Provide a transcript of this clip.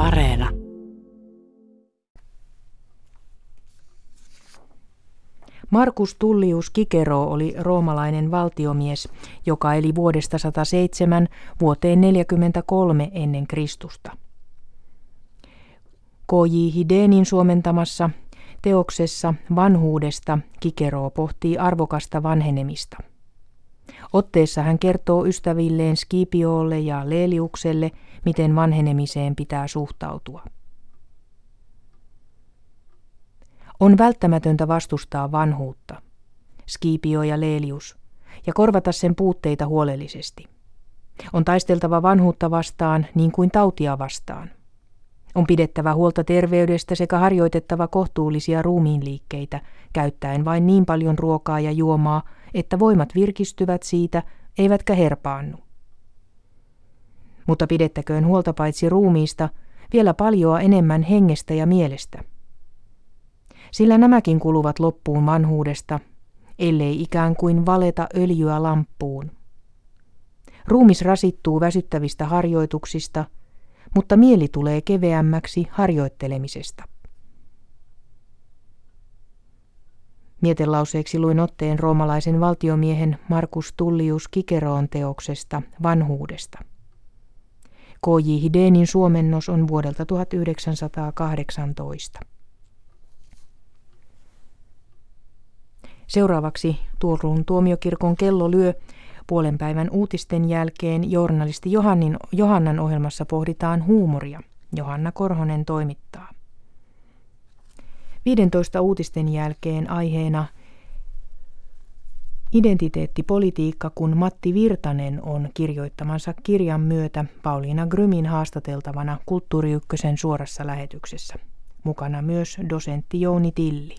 Areena. Marcus Tullius Cicero oli roomalainen valtiomies, joka eli vuodesta 107 vuoteen 43 ennen Kristusta. K.J. Hidenin suomentamassa teoksessa Vanhuudesta Cicero pohtii arvokasta vanhenemista. Otteessa hän kertoo ystävilleen Scipiolle ja Leliukselle, miten vanhenemiseen pitää suhtautua. On välttämätöntä vastustaa vanhuutta, Scipio ja Lelius, ja korvata sen puutteita huolellisesti. On taisteltava vanhuutta vastaan niin kuin tautia vastaan. On pidettävä huolta terveydestä sekä harjoitettava kohtuullisia ruumiinliikkeitä, käyttäen vain niin paljon ruokaa ja juomaa, että voimat virkistyvät siitä, eivätkä herpaannu. Mutta pidettäköön huolta paitsi ruumiista, vielä paljoa enemmän hengestä ja mielestä. Sillä nämäkin kuluvat loppuun vanhuudesta, ellei ikään kuin valeta öljyä lamppuun. Ruumis rasittuu väsyttävistä harjoituksista, mutta mieli tulee keveämmäksi harjoittelemisesta. Mietelauseeksi luin otteen roomalaisen valtiomiehen Marcus Tullius Ciceroon teoksesta Vanhuudesta. K.J. Hidenin suomennos on vuodelta 1918. Seuraavaksi Turun tuomiokirkon kello lyö. Puolen päivän uutisten jälkeen journalisti Johannan ohjelmassa pohditaan huumoria. Johanna Korhonen toimittaa. 15 uutisten jälkeen aiheena identiteettipolitiikka, kun Matti Virtanen on kirjoittamansa kirjan myötä Pauliina Grymin haastateltavana Kulttuuri Ykkösen suorassa lähetyksessä. Mukana myös dosentti Jouni Tilli.